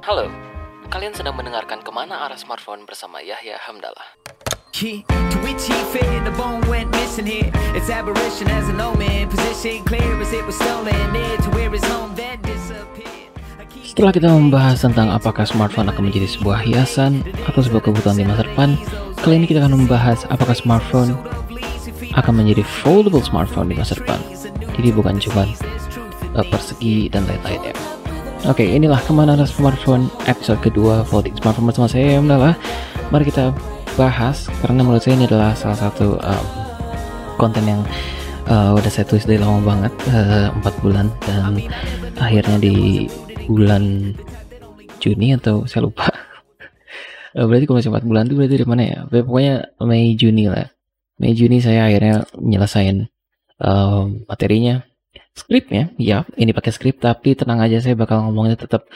Halo, kalian sedang mendengarkan Kemana Arah Smartphone bersama Yahya Hamdallah. Setelah kita membahas tentang apakah smartphone akan menjadi sebuah hiasan atau sebuah kebutuhan di masa depan, kali ini kita akan membahas apakah smartphone akan menjadi foldable smartphone di masa depan. Jadi bukan cuma persegi dan lain-lainnya. Oke, inilah Kemana Arah Smartphone episode kedua folding smartphone bersama saya Hamdallah. Mari kita bahas, karena menurut saya ini adalah salah satu konten yang udah saya tulis dari lama banget, 4 bulan, dan akhirnya di bulan Juni atau saya lupa. Berarti kalau masih 4 bulan itu berarti dari mana ya? Pokoknya Mei Juni lah. Mei Juni saya akhirnya nyelesain materinya. Skripnya, ya, ini pakai skrip, tapi tenang aja, saya bakal ngomongnya tetap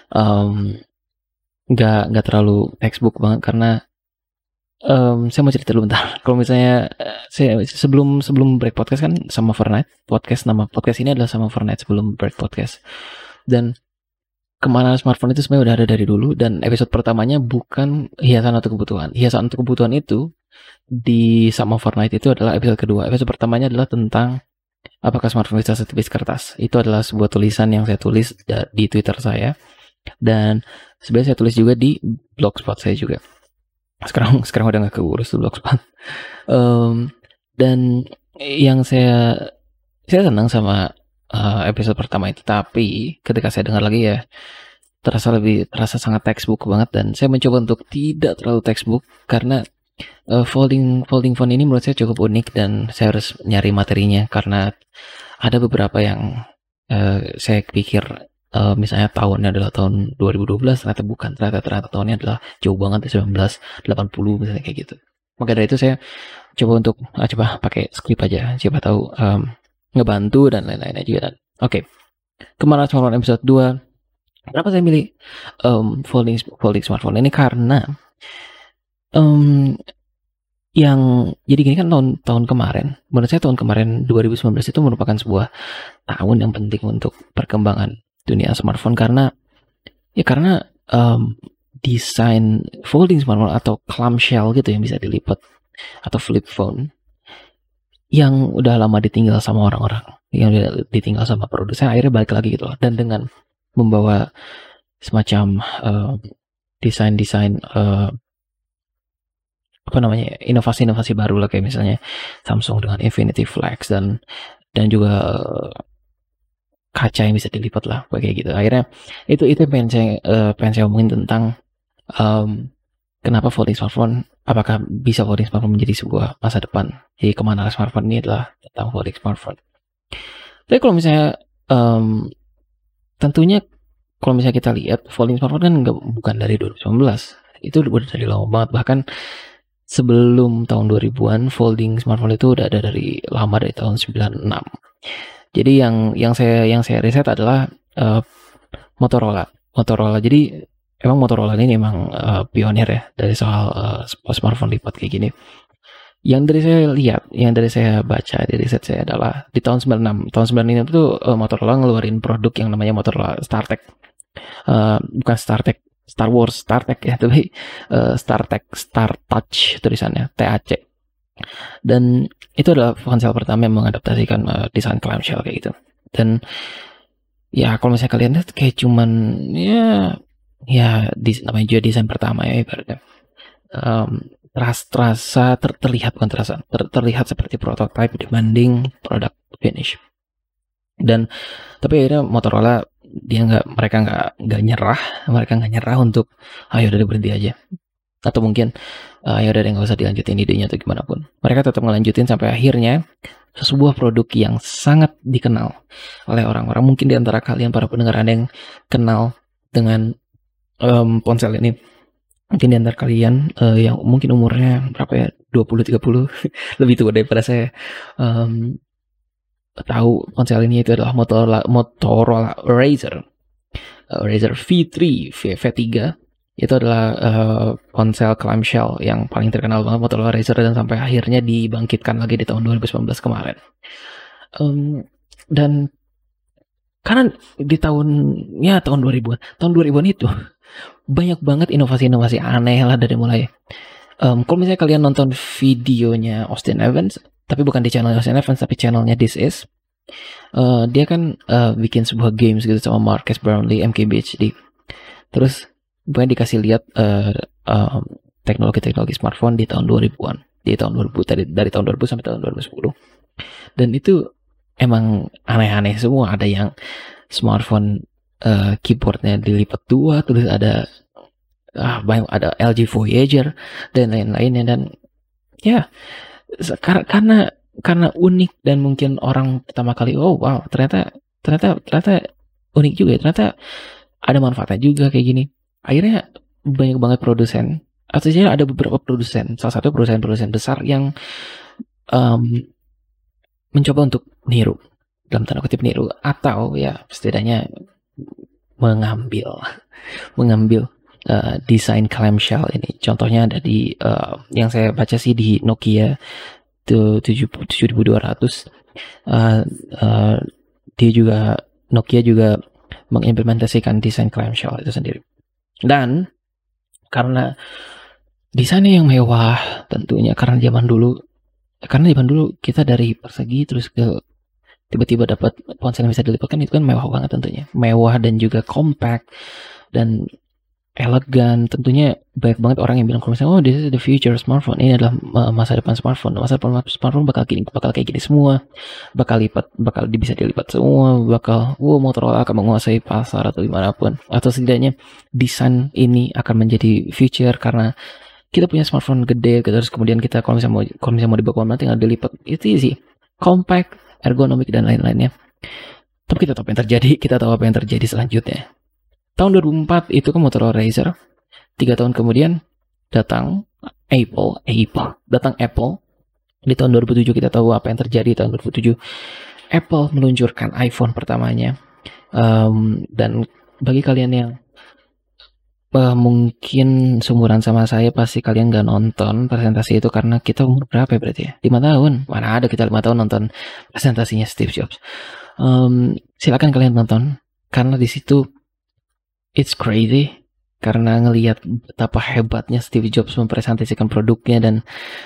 nggak terlalu textbook banget, karena saya mau cerita dulu bentar. Kalau misalnya saya sebelum break podcast kan sama Overnight podcast, nama podcast ini adalah sama Overnight sebelum break podcast, dan Kemana Smartphone itu sebenarnya udah ada dari dulu, dan episode pertamanya bukan hiasan atau kebutuhan. Hiasan atau kebutuhan itu di sama Overnight itu adalah episode kedua. Episode pertamanya adalah tentang apakah smartphone bisa setipis kertas. Itu adalah sebuah tulisan yang saya tulis di Twitter saya, dan sebenarnya saya tulis juga di blogspot saya juga. Sekarang udah nggak keurus tuh blogspot. Dan yang saya senang sama episode pertama itu, tapi ketika saya dengar lagi ya terasa sangat textbook banget, dan saya mencoba untuk tidak terlalu textbook, karena folding phone ini menurut saya cukup unik, dan saya harus nyari materinya, karena ada beberapa yang saya pikir misalnya tahunnya adalah tahun 2012, ternyata bukan, ternyata tahunnya adalah jauh banget, 1980 misalnya, kayak gitu. Maka dari itu saya coba untuk coba pakai script aja, siapa tahu ngebantu dan lain-lainnya juga. Dan oke, Kemana Smartphone episode 2. Kenapa saya milih folding smartphone ini? Karena yang jadi gini kan, tahun kemarin, menurut saya tahun kemarin 2019 itu merupakan sebuah tahun yang penting untuk perkembangan dunia smartphone, karena desain folding smartphone atau clamshell gitu yang bisa dilipat, atau flip phone, yang udah lama ditinggal sama orang-orang, yang udah ditinggal sama produsen, akhirnya balik lagi gitu loh, dan dengan membawa semacam desain-desain inovasi-inovasi baru lah, kayak misalnya Samsung dengan Infinity Flex dan juga kaca yang bisa dilipat lah, kayak gitu. Akhirnya itu pengen saya omongin tentang kenapa folding smartphone, apakah bisa folding smartphone menjadi sebuah masa depan. Jadi Kemana Smartphone ini adalah tentang folding smartphone. Tapi kalau misalnya tentunya kalau misalnya kita lihat, folding smartphone kan bukan dari 2019, itu udah dari lama banget. Bahkan sebelum tahun 2000-an, folding smartphone itu udah ada dari tahun 96. Jadi yang saya riset adalah Motorola. Jadi emang Motorola ini memang pionir ya dari soal smartphone lipat kayak gini. Yang dari saya baca di riset saya adalah di tahun 96. Tahun 96 itu Motorola ngeluarin produk yang namanya Motorola StarTAC. Bukan Star Wars, StarTAC ya, tapi StarTouch tulisannya, TAC. Dan itu adalah ponsel pertama yang mengadaptasikan desain clamshell kayak gitu. Dan ya kalau misalnya kalian lihat, kayak cuman namanya juga desain pertama ya, ibaratnya terlihat seperti prototype dibanding produk finish. Dan tapi akhirnya Motorola mereka nggak nyerah untuk ayo udah berhenti aja, atau mungkin ya udah nggak usah dilanjutin idenya atau gimana pun. Mereka tetap ngelanjutin sampai akhirnya sebuah produk yang sangat dikenal oleh orang-orang. Mungkin di antara kalian para pendengar ada yang kenal dengan ponsel ini. Mungkin di antara kalian yang mungkin umurnya berapa ya, 20-30 lebih tua daripada saya, tahu ponsel ini itu adalah Motorola Razr V3 V3. Itu adalah ponsel clamshell yang paling terkenal banget, Motorola Razr, dan sampai akhirnya dibangkitkan lagi di tahun 2019 kemarin. Dan Karena di tahun 2000-an, tahun 2000-an itu banyak banget inovasi-inovasi aneh lah, dari mulai kalau misalnya kalian nonton videonya Austin Evans, tapi bukan di channel Austin Evans tapi channelnya This Is, dia kan bikin sebuah games gitu sama Marques Brownlee MKBHD. Terus bukan dikasih lihat teknologi smartphone di tahun 2000-an, di tahun 2000, dari tahun 2000 sampai tahun 2010. Dan itu emang aneh-aneh semua. Ada yang smartphone keyboardnya dilipat dua, terus ada ada LG Voyager dan lain-lainnya. Dan ya karena unik, dan mungkin orang pertama kali wow, ternyata unik juga ya, ternyata ada manfaatnya juga kayak gini. Akhirnya banyak banget produsen, artinya ada beberapa produsen, salah satu produsen besar yang mencoba untuk niru, dalam tanda kutip niru, atau ya setidaknya mengambil desain clamshell ini. Contohnya ada di yang saya baca sih di Nokia 7200. Nokia juga mengimplementasikan desain clamshell itu sendiri. Dan karena desainnya yang mewah tentunya, karena zaman dulu kita dari persegi terus ke tiba-tiba dapat ponsel yang bisa dilipat, kan itu kan mewah banget tentunya. Mewah dan juga compact dan elegan. Tentunya banyak banget orang yang bilang kalau misalnya, oh this is the future smartphone, ini adalah masa depan smartphone. Masa depan smartphone bakal kayak gini semua, bakal bisa dilipat semua, bakal Motorola akan menguasai pasar atau dimanapun, atau setidaknya desain ini akan menjadi future karena kita punya smartphone gede, terus kemudian kita kalau misalnya mau dibawa kemana tinggal dilipat, itu easy, compact, ergonomik dan lain-lainnya. Tapi kita tahu apa yang terjadi selanjutnya. Tahun 2004 itu kan Motorola Razr. 3 tahun kemudian datang Apple. Di tahun 2007 kita tahu apa yang terjadi. Tahun 2007 Apple meluncurkan iPhone pertamanya. Dan bagi kalian yang mungkin seumuran sama saya, pasti kalian gak nonton presentasi itu karena kita umur berapa ya berarti ya? 5 tahun. Mana ada kita 5 tahun nonton presentasinya Steve Jobs. Silakan kalian nonton, karena di situ it's crazy, karena ngelihat betapa hebatnya Steve Jobs mempresentasikan produknya dan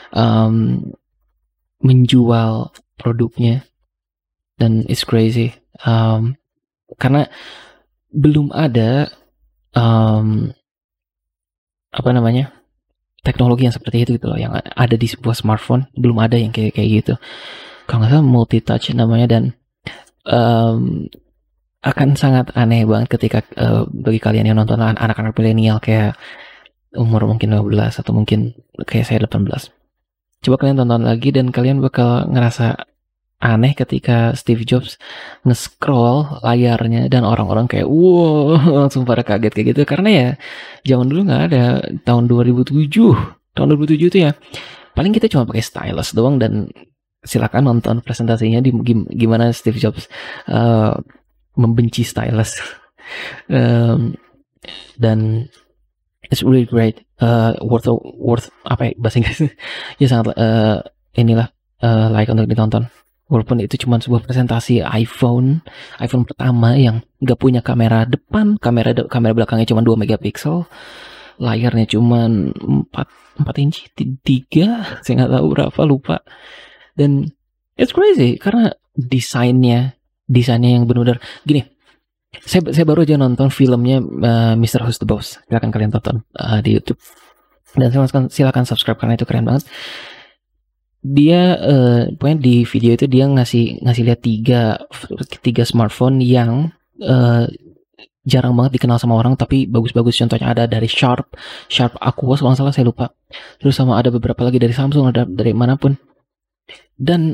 menjual produknya. Dan it's crazy karena belum ada teknologi yang seperti itu gitu loh, yang ada di sebuah smartphone. Belum ada yang kayak gitu. Kalau nggak salah multi touch namanya. Dan akan sangat aneh banget ketika bagi kalian yang nonton anak-anak milenial kayak umur mungkin 12 atau mungkin kayak saya 18. Coba kalian tonton lagi dan kalian bakal ngerasa aneh ketika Steve Jobs nge-scroll layarnya dan orang-orang kayak wow, langsung pada kaget kayak gitu. Karena ya zaman dulu nggak ada. Tahun 2007 itu ya paling kita cuma pakai stylus doang. Dan silakan nonton presentasinya di gimana Steve Jobs membenci stylus. Dan it's really great, worth apa ya bahasa Inggris ya, sangat layak untuk ditonton. Walaupun itu cuma sebuah presentasi iPhone pertama yang nggak punya kamera depan, kamera belakangnya cuma 2 megapiksel, layarnya cuma 4 inci 3, saya nggak tahu berapa, lupa. Dan it's crazy karena desainnya yang benar-benar gini. Saya baru aja nonton filmnya Mr. Who's the Boss. Silakan kalian tonton di YouTube. Dan silakan subscribe karena itu keren banget. Dia pokoknya di video itu dia ngasih lihat tiga smartphone yang jarang banget dikenal sama orang tapi bagus-bagus. Contohnya ada dari Sharp Aquos kalau nggak salah, saya lupa. Terus sama ada beberapa lagi dari Samsung, ada dari manapun. Dan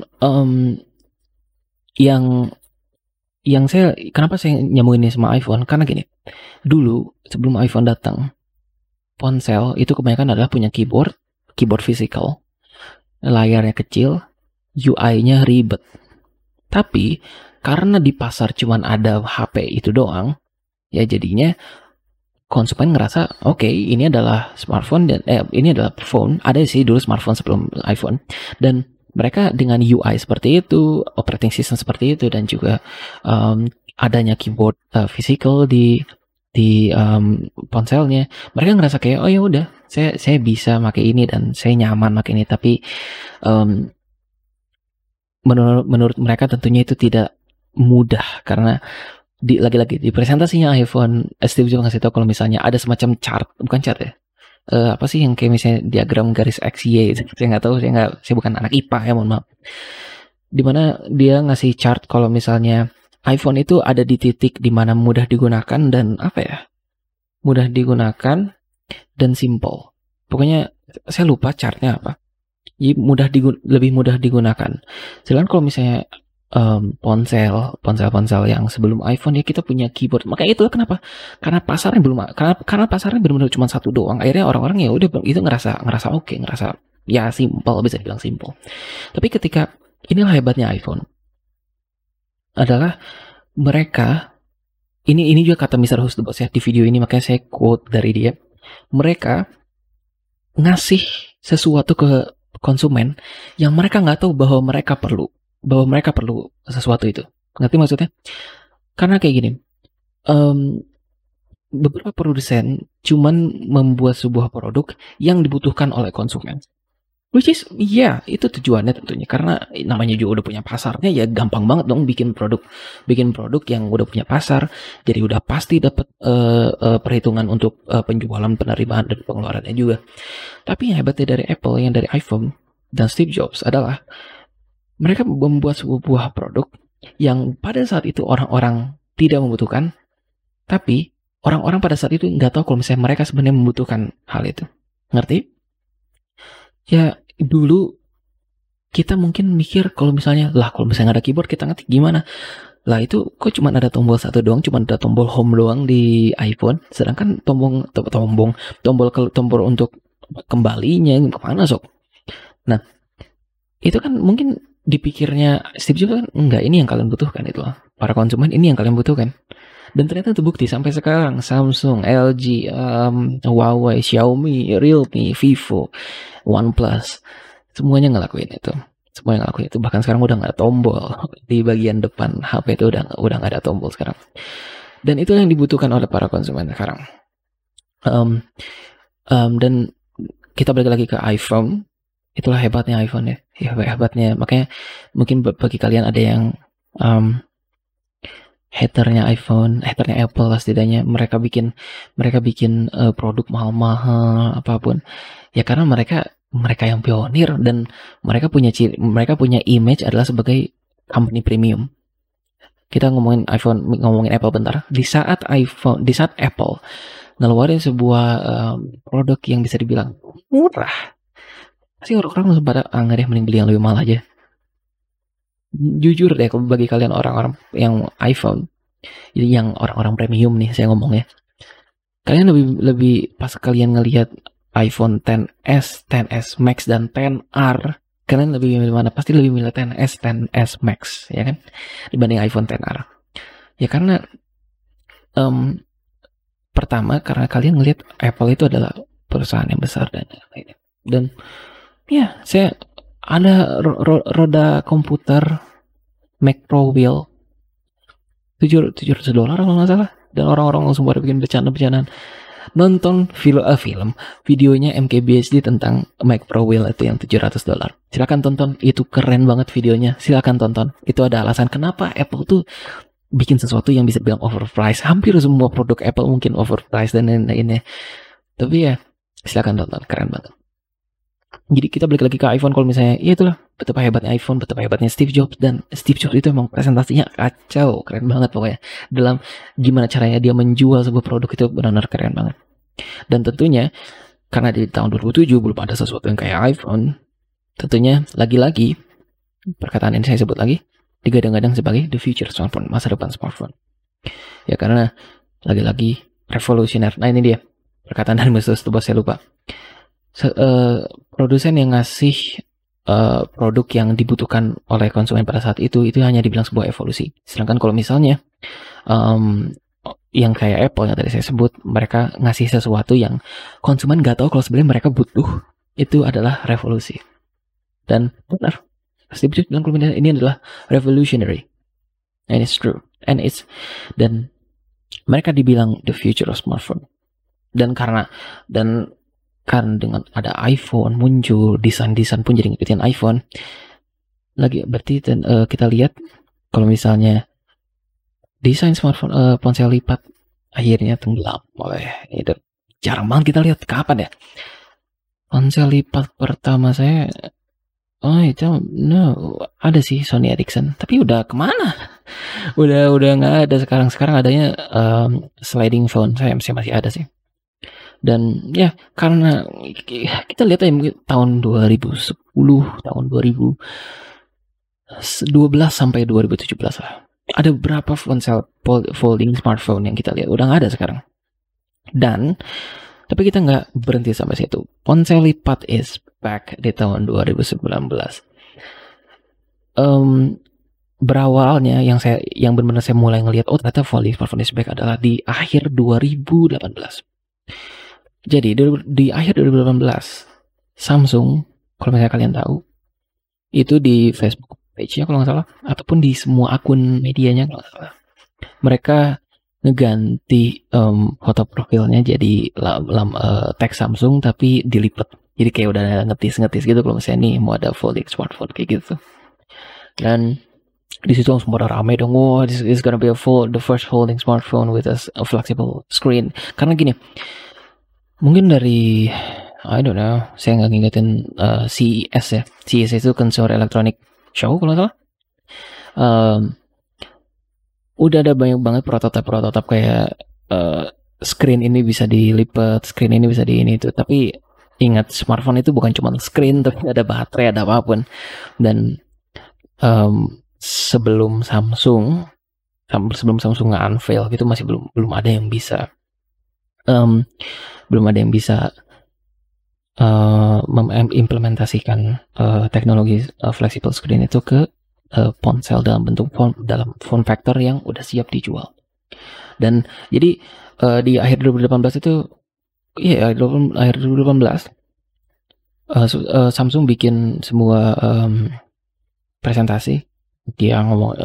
kenapa saya nyambungin ini sama iPhone, karena gini, dulu sebelum iPhone datang, ponsel itu kebanyakan adalah punya keyboard physical, layarnya kecil, UI-nya ribet. Tapi karena di pasar cuman ada HP itu doang, ya jadinya konsumen ngerasa oke, ini adalah smartphone dan ini adalah phone. Ada sih dulu smartphone sebelum iPhone, dan mereka dengan UI seperti itu, operating system seperti itu, dan juga adanya keyboard physical di ponselnya, mereka ngerasa kayak oh ya udah saya bisa pakai ini dan saya nyaman pakai ini. Tapi menurut mereka tentunya itu tidak mudah, karena lagi-lagi di presentasinya iPhone, Steve Jobs ngasih tahu kalau misalnya ada semacam chart, bukan chart ya, apa sih yang kayak misalnya diagram garis X Y, saya nggak tahu, saya bukan anak IPA ya, mohon maaf. Dimana dia ngasih chart kalau misalnya iPhone itu ada di titik dimana mudah digunakan dan apa ya, mudah digunakan dan simple. Pokoknya saya lupa chartnya apa. Jadi lebih mudah digunakan. Sedangkan kalau misalnya ponsel yang sebelum iPhone ya kita punya keyboard. Makanya itulah kenapa, karena pasarnya belum, karena pasarnya benar-benar cuma satu doang. Akhirnya orang-orang ya udah itu ngerasa oke, ngerasa ya simple, bisa dibilang simple. Tapi ketika inilah hebatnya iPhone adalah mereka ini juga kata Mr. Host the Boss ya di video ini, makanya saya quote dari dia. Mereka ngasih sesuatu ke konsumen yang mereka nggak tahu bahwa mereka perlu sesuatu itu. Ngerti maksudnya? Karena kayak gini, beberapa produsen cuman membuat sebuah produk yang dibutuhkan oleh konsumen. Which is, itu tujuannya tentunya. Karena namanya juga udah punya pasarnya, ya gampang banget dong bikin produk yang udah punya pasar. Jadi udah pasti dapat perhitungan untuk penjualan, penerimaan, dan pengeluarannya juga. Tapi yang hebatnya dari Apple, yang dari iPhone dan Steve Jobs adalah mereka membuat sebuah produk yang pada saat itu orang-orang tidak membutuhkan, tapi orang-orang pada saat itu nggak tahu kalau misalnya mereka sebenarnya membutuhkan hal itu. Ngerti? Ya, dulu kita mungkin mikir kalau misalnya kalau misalnya nggak ada keyboard kita ngetik gimana? Lah itu kok cuma ada tombol satu doang, cuma ada tombol home doang di iPhone, sedangkan tombol untuk kembalinya kemana sok? Nah, itu kan mungkin dipikirnya Steve Jobs kan enggak, ini yang kalian butuhkan, itu para konsumen ini yang kalian butuhkan. Dan ternyata terbukti sampai sekarang Samsung, LG, Huawei, Xiaomi, Realme, Vivo, OnePlus, semuanya ngelakuin itu. Bahkan sekarang udah nggak ada tombol di bagian depan HP itu, udah nggak ada tombol sekarang. Dan itu yang dibutuhkan oleh para konsumen sekarang. Dan kita balik lagi ke iPhone. Itulah hebatnya iPhone ya. Hebatnya. Makanya mungkin bagi kalian ada yang haternya Apple lah setidaknya, mereka bikin produk mahal-mahal apapun. Ya karena mereka yang pionir dan mereka punya image adalah sebagai company premium. Kita ngomongin Apple bentar. Di saat Apple ngeluarin sebuah produk yang bisa dibilang murah, pasti orang-orang langsung pada nggak deh, mending beli yang lebih mahal aja. Jujur deh, bagi kalian orang-orang yang iPhone, jadi yang orang-orang premium nih saya ngomongnya, kalian lebih pas kalian ngelihat iPhone XS, XS Max dan XR, kalian lebih milih mana? Pasti lebih milih XS, XS Max, ya kan, dibanding iPhone XR. Ya karena pertama karena kalian ngelihat Apple itu adalah perusahaan yang besar dan ya, saya ada roda komputer Mac Pro Wheel $700 kalau nggak salah, dan orang-orang langsung pada bikin bercanda-bercandaan nonton videonya MKBHD tentang Mac Pro Wheel itu yang $700. Silakan tonton, itu keren banget videonya, silakan tonton. Itu ada alasan kenapa Apple tuh bikin sesuatu yang bisa bilang overpriced. Hampir semua produk Apple mungkin overpriced dan lain-lainnya. Tapi ya silakan tonton, keren banget. Jadi kita balik lagi ke iPhone. Kalau misalnya, ya itulah betapa hebatnya iPhone, betapa hebatnya Steve Jobs. Dan Steve Jobs itu emang presentasinya kacau, keren banget pokoknya. Dalam gimana caranya dia menjual sebuah produk itu benar-benar keren banget. Dan tentunya karena di tahun 2007 belum ada sesuatu yang kayak iPhone, tentunya lagi-lagi perkataan ini saya sebut lagi, digadang-gadang sebagai the future smartphone, masa depan smartphone. Ya karena lagi-lagi revolusioner. Nah ini dia perkataan dari Mr. Stubos, saya lupa. Produsen yang ngasih produk yang dibutuhkan oleh konsumen pada saat itu hanya dibilang sebuah evolusi. Sedangkan kalau misalnya yang kayak Apple yang tadi saya sebut, mereka ngasih sesuatu yang konsumen nggak tahu kalau sebenarnya mereka butuh, itu adalah revolusi. Dan benar, Steve Jobs bilang ini adalah revolutionary, and it's true. and it's dan mereka dibilang the future of smartphone. Dan karena dengan ada iPhone muncul, desain pun jadi ngikutin iPhone. Berarti kita lihat kalau misalnya desain smartphone ponsel lipat akhirnya tenggelam itu jarang banget kita lihat. Kapan ya ponsel lipat pertama saya? Ada sih Sony Ericsson, tapi udah kemana? udah nggak ada sekarang adanya sliding phone. Saya masih ada sih. Dan ya karena kita lihat ya mungkin tahun 2010, tahun 2012 sampai 2017 lah. Ada beberapa ponsel folding smartphone yang kita lihat udah nggak ada sekarang. Tapi kita nggak berhenti sampai situ. Ponsel lipat is back di tahun 2019. Berawalnya yang benar-benar saya mulai ngelihat ternyata folding smartphone is back adalah di akhir 2018. Jadi di akhir 2018 Samsung, kalau misalnya kalian tahu, itu di Facebook page-nya kalau nggak salah, ataupun di semua akun medianya kalau nggak salah, mereka ngeganti foto profilnya jadi teks Samsung tapi dilipat. Jadi kayak udah ngetis gitu kalau misalnya nih mau ada folding smartphone kayak gitu. Dan di situ langsung pada rame dong, this is gonna be the first folding smartphone with a flexible screen. Karena gini, mungkin dari I don't know, saya nggak ngingetin CES ya. CES itu Consumer Electronic Show kalau nggak salah. Udah ada banyak banget prototip kayak screen ini bisa dilipat, screen ini bisa di ini itu. Tapi ingat, smartphone itu bukan cuma screen, tapi ada baterai, ada apapun. Dan sebelum Samsung nge-unveil gitu masih belum ada yang bisa mengimplementasikan teknologi flexible screen itu ke ponsel dalam form factor yang udah siap dijual. Dan jadi di akhir 2018 itu akhir 2018 Samsung bikin semua presentasi. Dia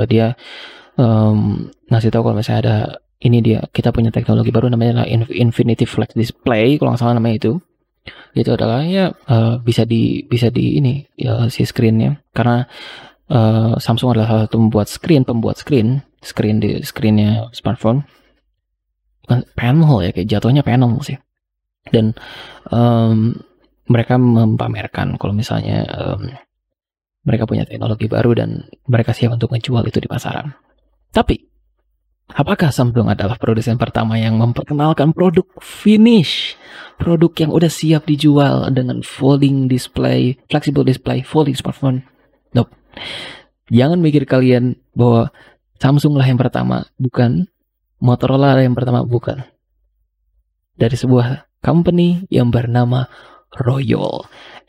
ngasih tahu kalau misalnya ada kita punya teknologi baru namanya Infinity Flex Display kalau nggak salah namanya itu adalah bisa di ini ya, si screen-nya, karena Samsung adalah salah satu pembuat screen di screen-nya smartphone. Bukan panel ya, kayak jatuhnya panel sih. Dan mereka mempamerkan kalau misalnya mereka punya teknologi baru dan mereka siap untuk menjual itu di pasaran. Tapi apakah Samsung adalah produsen pertama yang memperkenalkan produk finish, produk yang udah siap dijual dengan folding display, flexible display, folding smartphone? Nope. Jangan mikir kalian bahwa Samsung lah yang pertama, bukan. Motorola lah yang pertama, bukan. Dari sebuah company yang bernama Royole,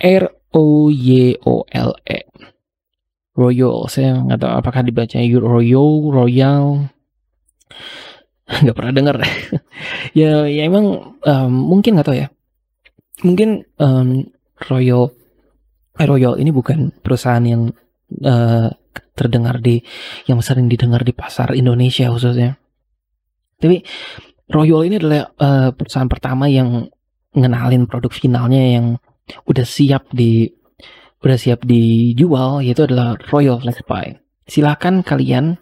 ROYOLE. Royole, saya nggak tahu apakah dibacanya Royal. Nggak pernah dengar. ya emang mungkin nggak tahu ya. Mungkin Royole ini bukan perusahaan yang yang sering didengar di pasar Indonesia khususnya. Tapi Royole ini adalah perusahaan pertama yang ngenalin produk finalnya yang udah siap dijual, yaitu adalah Royole FlexPi. Silakan kalian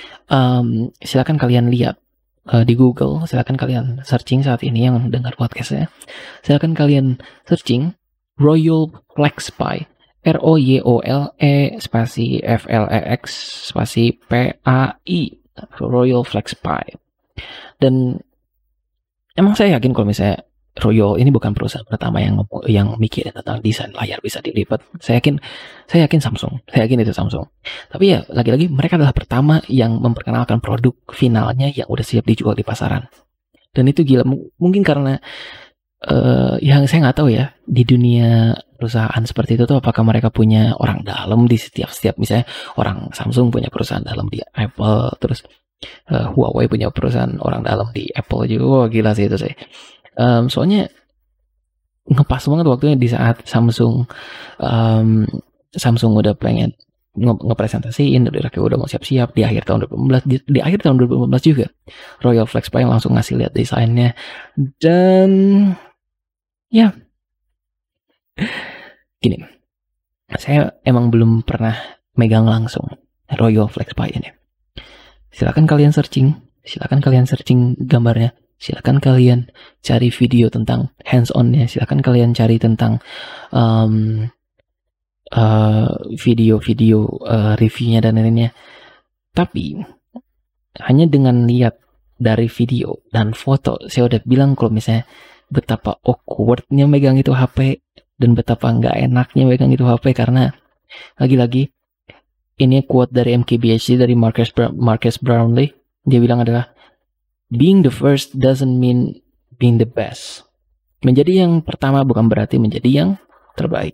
lihat di Google, silakan kalian searching saat ini yang dengar podcastnya. Silakan kalian searching Royole FlexPi, ROYOLE spasi FLEX spasi PAI, Royole FlexPi. Dan emang saya yakin kalau misalnya Royole ini bukan perusahaan pertama yang mikirin tentang desain layar bisa dilipat. Saya yakin Samsung. Saya yakin itu Samsung. Tapi ya lagi-lagi mereka adalah pertama yang memperkenalkan produk finalnya yang udah siap dijual di pasaran. Dan itu gila. Mungkin karena yang saya nggak tahu ya, di dunia perusahaan seperti itu tuh apakah mereka punya orang dalam di setiap misalnya orang Samsung punya perusahaan dalam di Apple, terus Huawei punya perusahaan orang dalam di Apple juga. Wah, gila sih itu sih. Soalnya ngepas banget waktunya di saat Samsung udah pengen ngepresentasiin, udah mau siap-siap di akhir tahun 2015, di akhir tahun 2015 juga Royal Flex Pie langsung ngasih lihat desainnya, dan ya gini, saya emang belum pernah megang langsung Royal Flex Pie ini. Silakan kalian searching gambarnya, silakan kalian cari video tentang hands-on-nya, silakan kalian cari tentang video-video reviewnya dan lainnya. Tapi hanya dengan lihat dari video dan foto, saya udah bilang kalau misalnya betapa awkwardnya megang itu HP dan betapa nggak enaknya megang itu HP, karena lagi-lagi ini quote dari MKBHD dari Marcus Brownlee. Dia bilang adalah, being the first doesn't mean being the best. Menjadi yang pertama bukan berarti menjadi yang terbaik.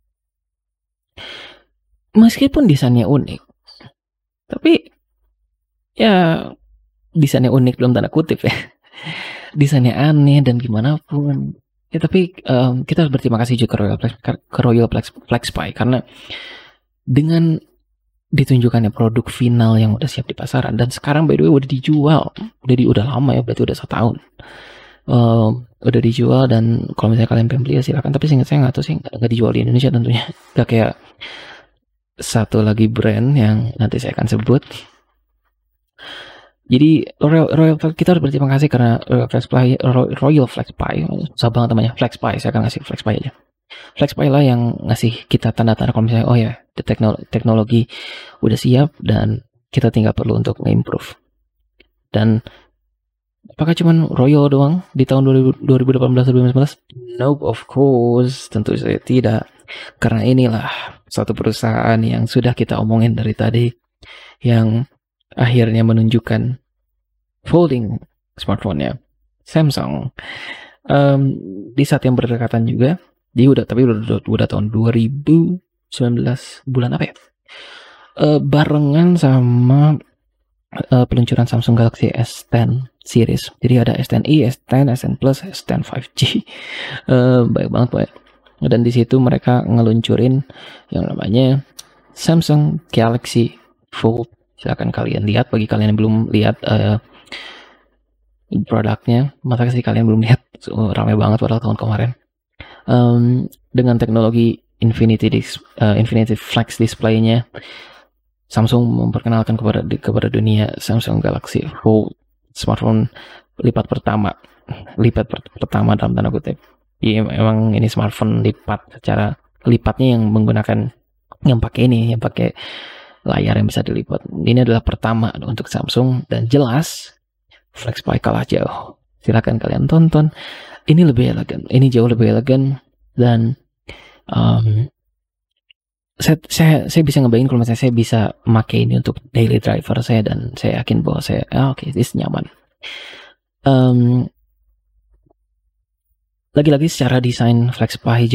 Meskipun desainnya unik, tapi ya desainnya unik dalam tanda kutip ya. Desainnya aneh dan gimana pun. Ya tapi kita harus berterima kasih juga ke Royal Flex Pie, karena dengan ditunjukkannya produk final yang udah siap di pasaran, dan sekarang by the way udah dijual, udah lama ya, berarti udah 1 tahun. Udah dijual, dan kalau misalnya kalian pengen beli ya silakan, tapi seingat saya nggak tahu sih, nggak dijual di Indonesia tentunya. Nggak kayak satu lagi brand yang nanti saya akan sebut. Jadi kita harus berterima kasih karena Royal Flex Pie, susah banget namanya, Flex Pie, saya akan ngasih Flex Pie aja. Flex Pie lah yang ngasih kita tanda-tanda kalau misalnya, oh ya, teknologi udah siap dan kita tinggal perlu untuk nge-improve. Dan apakah cuman Royal doang di tahun 2018-2019? Nope, of course, tentu saja tidak. Karena inilah suatu perusahaan yang sudah kita omongin dari tadi, yang akhirnya menunjukkan folding smartphone-nya, Samsung. Di saat yang berdekatan juga, dia udah tahun 2019 bulan apa ya? Barengan sama peluncuran Samsung Galaxy S10 series. Jadi ada S10i, S10, S10 Plus, S10 5G. Baik banget Pak. Dan di situ mereka ngeluncurin yang namanya Samsung Galaxy Fold. Silakan kalian lihat, bagi kalian yang belum lihat produknya, masa sih kalian belum lihat? Ramai banget padahal tahun kemarin. Dengan teknologi Infinity Flex Display-nya, Samsung memperkenalkan kepada dunia Samsung Galaxy Fold, smartphone lipat pertama dalam tanda kutip. Ya, emang ini smartphone secara lipatnya yang menggunakan yang pakai layar yang bisa dilipat. Ini adalah pertama untuk Samsung, dan jelas Flex Pie kalah jauh. Silakan kalian tonton. Ini lebih elegan, ini jauh lebih elegan, dan saya bisa ngebayangin kalau misalnya saya bisa memakai ini untuk daily driver saya, dan saya yakin bahwa oke, ini nyaman. Lagi-lagi secara desain Flex Pie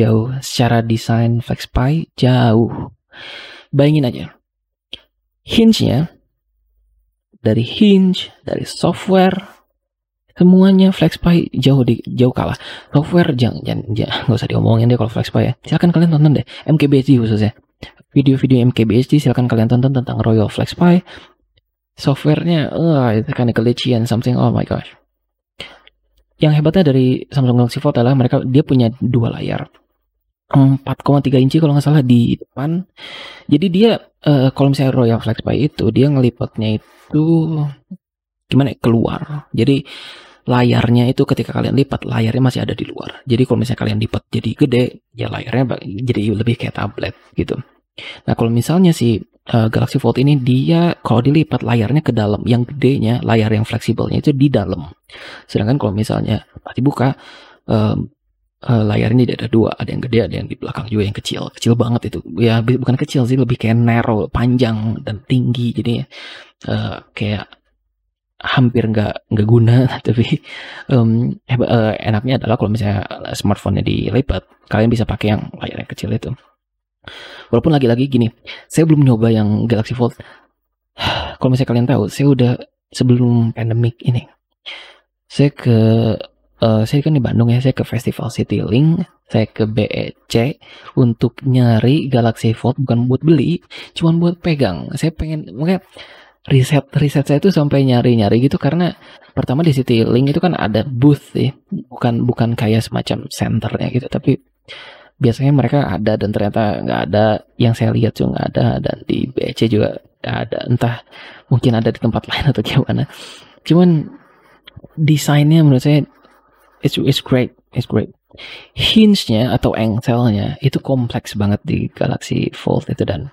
jauh. Bayangin aja, hinge-nya, dari software, semuanya Flex Pie jauh kalah. Software jangan nggak usah diomongin deh kalau Flex Pie ya. Silakan kalian tonton deh MKBHD khususnya. Video-video MKBHD silakan kalian tonton tentang Royal Flex Pie. Softwarenya itu kind of glitchy and something, oh my gosh. Yang hebatnya dari Samsung Galaxy Fold adalah dia punya 2 layar. 4,3 inci kalau nggak salah di depan. Jadi dia kalau misalnya Royal Flex Pie itu dia ngelipatnya itu gimana ya, keluar. Jadi layarnya itu ketika kalian lipat, layarnya masih ada di luar. Jadi kalau misalnya kalian lipat jadi gede, ya layarnya jadi lebih kayak tablet gitu. Nah kalau misalnya si Galaxy Fold ini, dia kalau dilipat layarnya ke dalam, yang gedenya, layar yang fleksibelnya itu di dalam. Sedangkan kalau misalnya pas dibuka, layarnya ada 2, ada yang gede, ada yang di belakang juga yang kecil banget itu. Ya bukan kecil sih, lebih kayak narrow, panjang dan tinggi, jadi kayak hampir nggak guna. Tapi enaknya adalah kalau misalnya smartphone-nya dilipat, kalian bisa pakai yang layar yang kecil itu. Walaupun lagi-lagi gini, saya belum nyoba yang Galaxy Fold. Kalau misalnya kalian tahu, saya udah sebelum pandemic ini, saya ke saya kan di Bandung ya, saya ke Festival Citylink, saya ke BEC untuk nyari Galaxy Fold, bukan buat beli, cuman buat pegang. Saya pengen, makanya riset saya itu sampai nyari gitu, karena pertama di Citylink itu kan ada booth ya, bukan kayak semacam centernya gitu, tapi biasanya mereka ada, dan ternyata nggak ada, yang saya lihat juga nggak ada, dan di BEC juga nggak ada, entah mungkin ada di tempat lain atau gimana. Cuman desainnya menurut saya it's great. Hinge-nya atau engselnya itu kompleks banget di Galaxy Fold itu, dan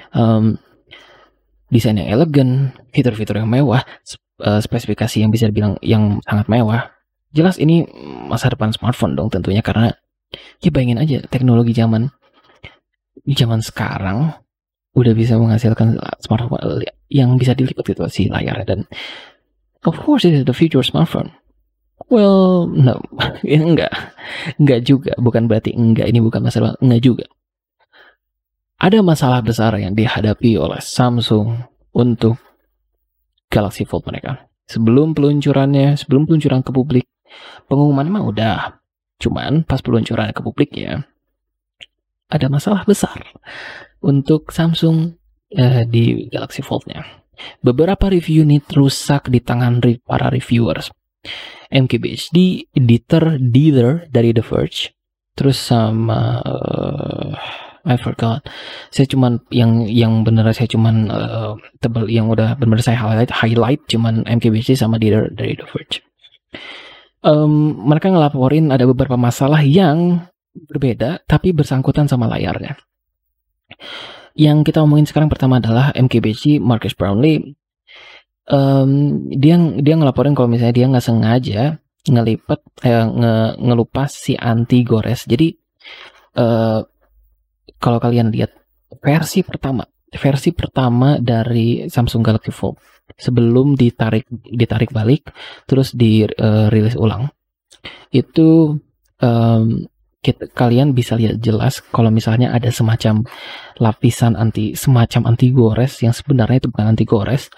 desain yang elegan, fitur-fitur yang mewah, spesifikasi yang bisa dibilang yang sangat mewah. Jelas ini masa depan smartphone dong tentunya, karena ya bayangin aja teknologi zaman sekarang udah bisa menghasilkan smartphone yang bisa dilipat gitu si layarnya, dan of course it is the future smartphone. Well, no, ya enggak juga, bukan berarti enggak, ini bukan masalah, enggak juga. Ada masalah besar yang dihadapi oleh Samsung untuk Galaxy Fold mereka. Sebelum peluncuran ke publik, pengumuman mah udah. Cuman pas peluncuran ke publik ya, ada masalah besar untuk Samsung di Galaxy Fold-nya. Beberapa review ini rusak di tangan para reviewers. MKBHD, Dieter dari The Verge, terus sama I forgot. Saya cuman yang bener saya cuman tebel, yang udah bener saya highlight cuman MKBHD sama Dieter dari The Verge. Mereka ngelaporin ada beberapa masalah yang berbeda tapi bersangkutan sama layarnya. Yang kita omongin sekarang pertama adalah MKBHD, Marcus Brownlee. Dia ngelaporin kalau misalnya dia nggak sengaja ngelipet ngelupas si anti gores. Jadi kalau kalian lihat versi pertama dari Samsung Galaxy Fold sebelum ditarik balik terus dirilis ulang, itu kalian bisa lihat jelas kalau misalnya ada semacam lapisan anti gores yang sebenarnya itu bukan anti gores.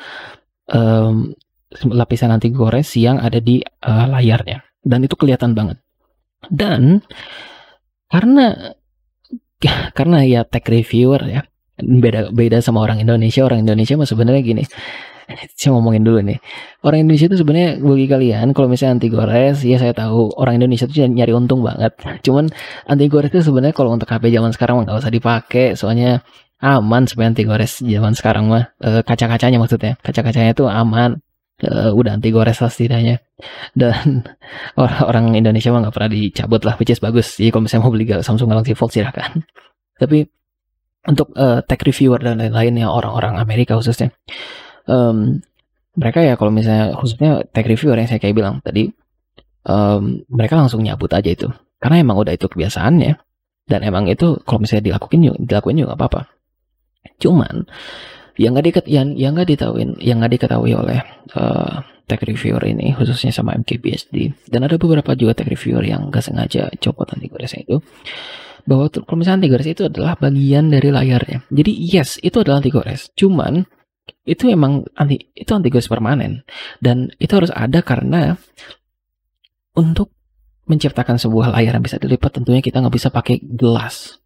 Lapisan anti gores yang ada di layarnya, dan itu kelihatan banget. Dan karena ya tech reviewer ya, beda sama orang Indonesia mah sebenarnya gini. Saya ngomongin dulu nih, orang Indonesia itu sebenarnya bagi kalian kalau misalnya anti gores, ya saya tahu orang Indonesia itu nyari untung banget. Cuman anti gores itu sebenarnya kalau untuk HP zaman sekarang nggak usah dipakai, soalnya aman sebenarnya anti gores zaman sekarang mah. Kaca-kacanya itu aman, udah anti gores lah setidaknya, dan orang Indonesia mah nggak pernah dicabut lah, which is bagus. Jadi kalau misalnya mau beli Samsung Galaxy Fold silahkan. Tapi untuk tech reviewer dan lain-lain ya, orang-orang Amerika khususnya, mereka ya kalau misalnya khususnya tech reviewer yang saya kayak bilang tadi, mereka langsung nyabut aja itu, karena emang udah itu kebiasaannya, dan emang itu kalau misalnya dilakuin juga apa-apa. Cuman yang nggak diketahui oleh tech reviewer ini, khususnya sama MKBHD, dan ada beberapa juga tech reviewer yang nggak sengaja copot anti goresnya itu, bahwa kalau misalnya anti gores itu adalah bagian dari layarnya. Jadi yes, itu adalah anti gores, cuman itu emang anti gores permanen, dan itu harus ada karena untuk menciptakan sebuah layar yang bisa dilipat tentunya kita nggak bisa pakai gelas.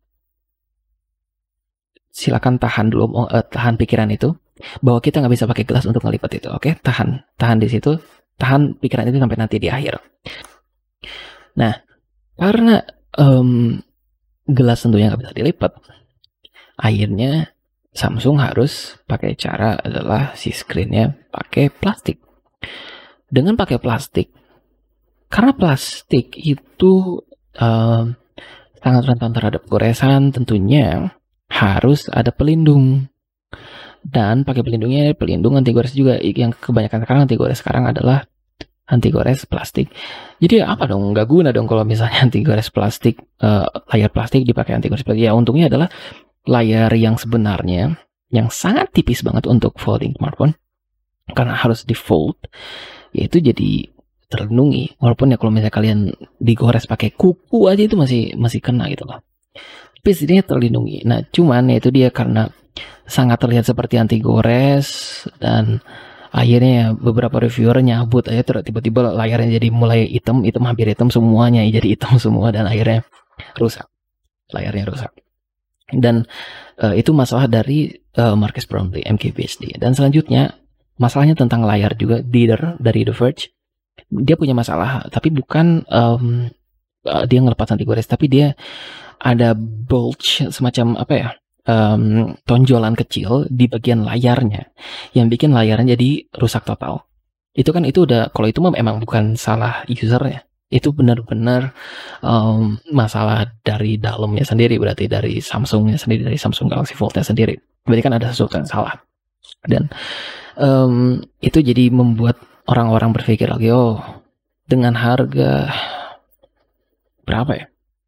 Silakan tahan dulu, tahan pikiran itu bahwa kita nggak bisa pakai gelas untuk ngelipat itu. Oke, tahan di situ, tahan pikiran itu sampai nanti di akhir. Nah, karena gelas tentunya nggak bisa dilipat, akhirnya Samsung harus pakai cara adalah si screen-nya pakai plastik. Dengan pakai plastik, karena plastik itu sangat rentan terhadap goresan, tentunya harus ada pelindung, dan pakai pelindung anti gores juga. Yang kebanyakan sekarang anti gores sekarang adalah anti gores plastik. Jadi apa dong, nggak guna dong kalau misalnya anti gores plastik, layar plastik dipakai anti gores plastik. Ya untungnya adalah layar yang sebenarnya yang sangat tipis banget untuk folding smartphone, karena harus di fold, yaitu jadi terlindungi. Walaupun ya kalau misalnya kalian digores pakai kuku aja itu masih kena gitu loh. Tapi setidaknya terlindungi. Nah, cuman ya itu dia, karena sangat terlihat seperti anti gores, dan Akhirnya beberapa reviewer nyabut aja, tiba-tiba layarnya jadi mulai hitam, hampir hitam semuanya, jadi hitam semua, dan akhirnya rusak, layarnya rusak. Dan itu masalah dari Marques Brownlee, MKBHD. Dan selanjutnya masalahnya tentang layar juga. Dieter dari The Verge, dia punya masalah, tapi bukan dia ngelepas anti-gores, tapi dia ada bulge, semacam apa ya, tonjolan kecil di bagian layarnya yang bikin layarnya jadi rusak total. Itu kan, itu udah, kalau itu memang bukan salah usernya, itu benar-benar masalah dari dalamnya sendiri, berarti dari Samsungnya sendiri, dari Samsung Galaxy Fold-nya sendiri. Berarti kan ada sesuatu yang salah. Dan itu jadi membuat orang-orang berpikir lagi, oh, dengan harga berapa ya?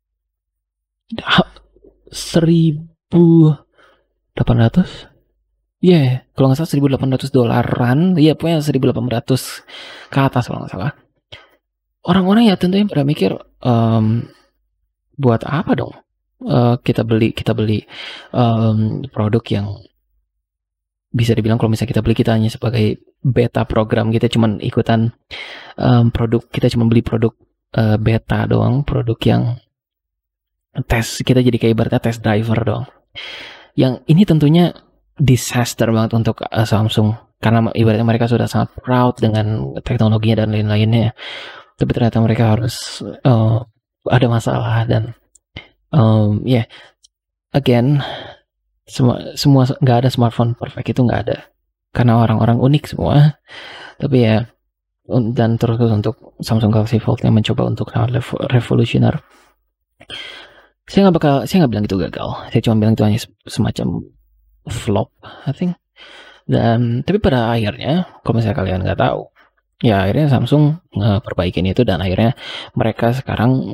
1.800? Iya, kalau nggak salah $1.800. Iya, pokoknya 1.800 ke atas kalau nggak salah. Orang-orang ya tentunya pada mikir, buat apa dong kita beli produk yang bisa dibilang, kalau misalnya kita beli, kita hanya sebagai beta program, kita cuman ikutan produk, kita cuma beli produk beta doang, produk yang tes, kita jadi kayak ibaratnya test driver doang. Yang ini tentunya disaster banget untuk Samsung, karena ibaratnya mereka sudah sangat proud dengan teknologinya dan lain-lainnya, tapi ternyata mereka harus ada masalah. Dan again, semua nggak ada smartphone perfect, itu nggak ada, karena orang-orang unik semua. Tapi ya, dan terus untuk Samsung Galaxy Fold yang mencoba untuk sangat revolusioner, saya nggak bilang itu gagal, saya cuma bilang itu hanya semacam flop, I think. Dan tapi pada akhirnya, kalau misalnya kalian nggak tahu, ya akhirnya Samsung ngeperbaikin itu, dan akhirnya mereka sekarang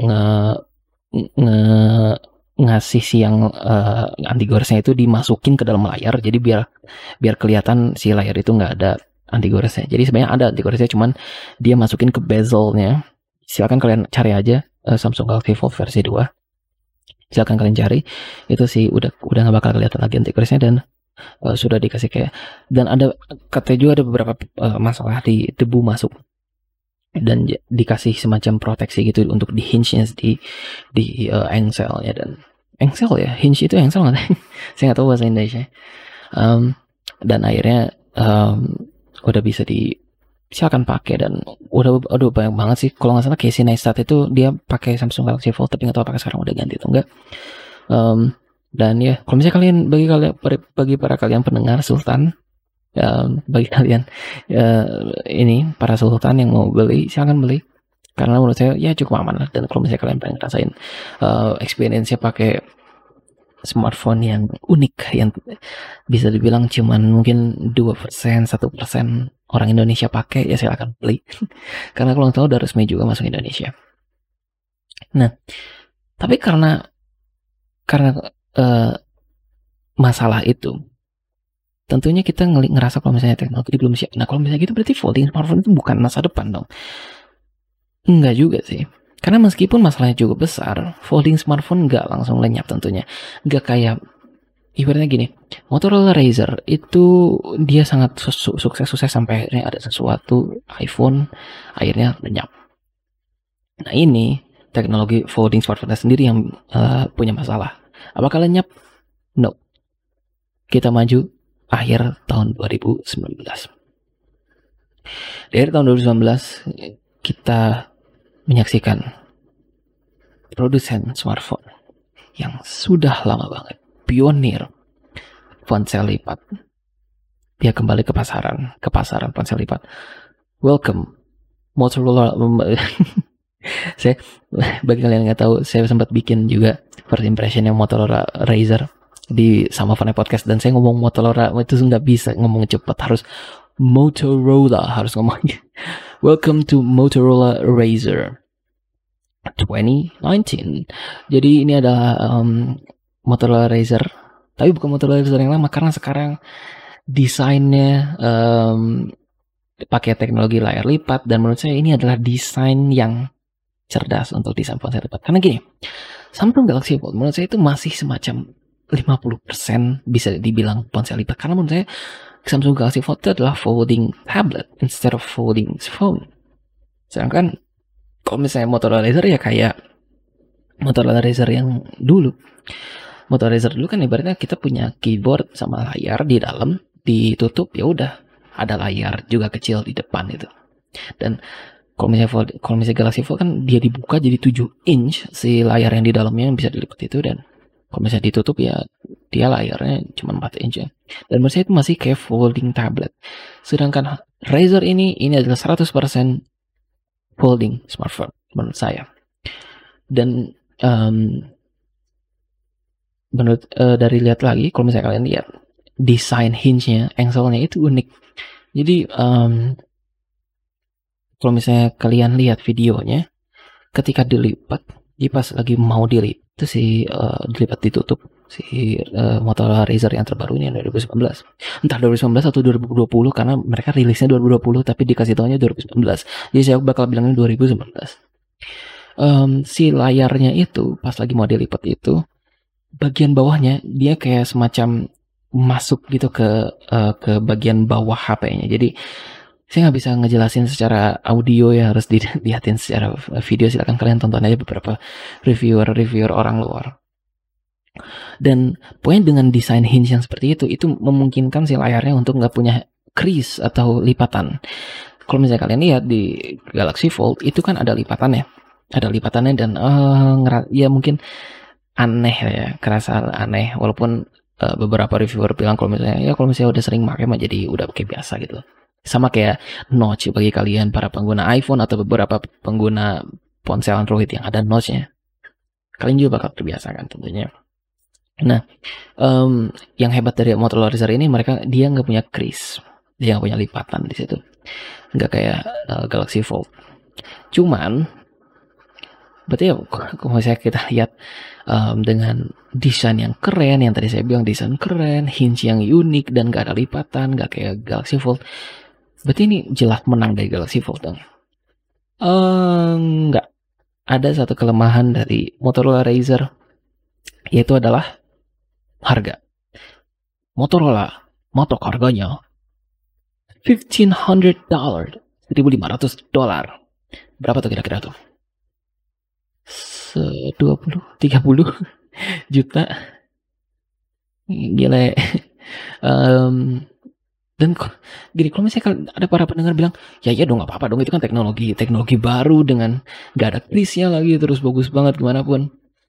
ngasih yang anti-goresnya itu dimasukin ke dalam layar, jadi biar kelihatan si layar itu nggak ada anti-goresnya. Jadi sebenarnya ada anti-goresnya, cuman dia masukin ke bezelnya. Silakan kalian cari aja Samsung Galaxy Fold versi 2. Silakan kalian cari, itu sih udah nggak bakal kelihatan lagi anti-goresnya, dan sudah dikasih kayak, dan ada katanya juga ada beberapa masalah di debu masuk, dan dikasih semacam proteksi gitu untuk di hinge-nya, di engselnya. Dan engsel ya, hinge itu engsel nggak? Saya nggak tahu bahasa Indonesia. Dan akhirnya udah bisa silakan pakai, dan udah banyak banget sih. Kalau nggak salah Casey Neistat itu dia pakai Samsung Galaxy Fold, tapi nggak tahu apakah sekarang udah ganti atau enggak. Dan ya, kalau misalnya bagi para kalian pendengar Sultan, bagi kalian ini para Sultan yang mau beli, silakan beli, karena menurut saya ya cukup aman lah. Dan kalau misalnya kalian pengen ngerasain experience-nya pakai smartphone yang unik, yang bisa dibilang cuman mungkin 2%, 1% orang Indonesia pakai, ya silakan beli. Karena kalau tahu udah resmi juga masuk Indonesia. Nah, tapi karena masalah itu, tentunya kita ngerasa kalau misalnya teknologi belum siap. Nah, kalau misalnya gitu berarti folding smartphone itu bukan masa depan dong. Enggak juga sih. Karena meskipun masalahnya cukup besar, folding smartphone nggak langsung lenyap tentunya. Nggak kayak, ibaratnya gini, Motorola Razr itu dia sangat sukses sampai akhirnya ada sesuatu, iPhone, akhirnya lenyap. Nah, ini teknologi folding smartphone sendiri yang punya masalah. Apakah lenyap? No. Kita maju akhir tahun 2019. Di akhir tahun 2019 kita menyaksikan produsen smartphone yang sudah lama banget, pionir ponsel lipat, dia kembali ke pasaran ponsel lipat. Welcome Motorola. Saya, bagi kalian yang nggak tahu, saya sempat bikin juga first impression yang Motorola Razr di sama Fun Podcast, dan saya ngomong Motorola itu nggak bisa ngomong cepat, harus Motorola, harus ngomongnya. Welcome to Motorola Razr 2019. Jadi ini adalah Motorola Razr, tapi bukan Motorola Razr yang lama, karena sekarang desainnya pakai teknologi layar lipat, dan menurut saya ini adalah desain yang cerdas untuk desain ponsel lipat. Karena gini, Samsung Galaxy Fold menurut saya itu masih semacam 50% bisa dibilang ponsel lipat, karena menurut saya Samsung Galaxy Fold itu adalah folding tablet instead of folding phone. Sedangkan kalau misalnya Motorola Razr ya kayak Motorola Razr yang dulu. Motorola Razr dulu kan ibaratnya kita punya keyboard sama layar di dalam, ditutup ya udah ada layar juga kecil di depan itu. Dan kalau misalnya Galaxy Fold kan dia dibuka jadi 7 inch si layar yang di dalamnya yang bisa dilipat itu, dan kalau misalnya ditutup ya dia layarnya cuma 4 inch ya. Dan menurut saya itu masih kayak folding tablet. Sedangkan Razer ini adalah 100% folding smartphone menurut saya. Dan menurut dari lihat lagi, kalau misalnya kalian lihat desain hinge-nya, angle-nya itu unik. Jadi kalau misalnya kalian lihat videonya, ketika dilipat, jadi pas lagi mau dilipat itu dilipat ditutup si Motorola Razr yang terbaru ini yang 2019. Entah 2019 atau 2020 karena mereka rilisnya 2020 tapi dikasih tahunya 2019. Jadi saya bakal bilangnya 2019. Si layarnya itu pas lagi mau dilipat itu, bagian bawahnya dia kayak semacam masuk gitu ke bagian bawah HP-nya. Jadi saya nggak bisa ngejelasin secara audio ya, harus dilihatin secara video. Silakan kalian tonton aja beberapa reviewer orang luar. Dan poin dengan desain hinge yang seperti itu memungkinkan si layarnya untuk nggak punya crease atau lipatan. Kalau misalnya kalian lihat di Galaxy Fold itu kan ada lipatannya, dan ya mungkin aneh ya, kerasa aneh. Walaupun beberapa reviewer bilang kalau misalnya udah sering pakai mah jadi udah kayak biasa gitu. Sama kayak notch bagi kalian para pengguna iPhone atau beberapa pengguna ponsel Android yang ada notch-nya. Kalian juga bakal terbiasa kan tentunya. Nah, yang hebat dari Motorola Razr ini dia nggak punya crease, dia nggak punya lipatan di situ, nggak kayak Galaxy Fold. Cuman, berarti ya kalau misalnya kita lihat dengan desain yang keren, yang tadi saya bilang desain keren, hinge yang unik dan nggak ada lipatan, nggak kayak Galaxy Fold, berarti ini jelas menang dari Galaxy Fold dong. Nggak. Ada satu kelemahan dari Motorola Razr, yaitu adalah harga. Motorola matok harganya $1,500, $1.500. Berapa tuh kira-kira tuh? 30 juta. Gila. Dan gini, kalau misalnya ada para pendengar bilang, ya dong nggak apa-apa dong, itu kan teknologi baru dengan nggak ada crease-nya lagi, terus bagus banget gimana pun.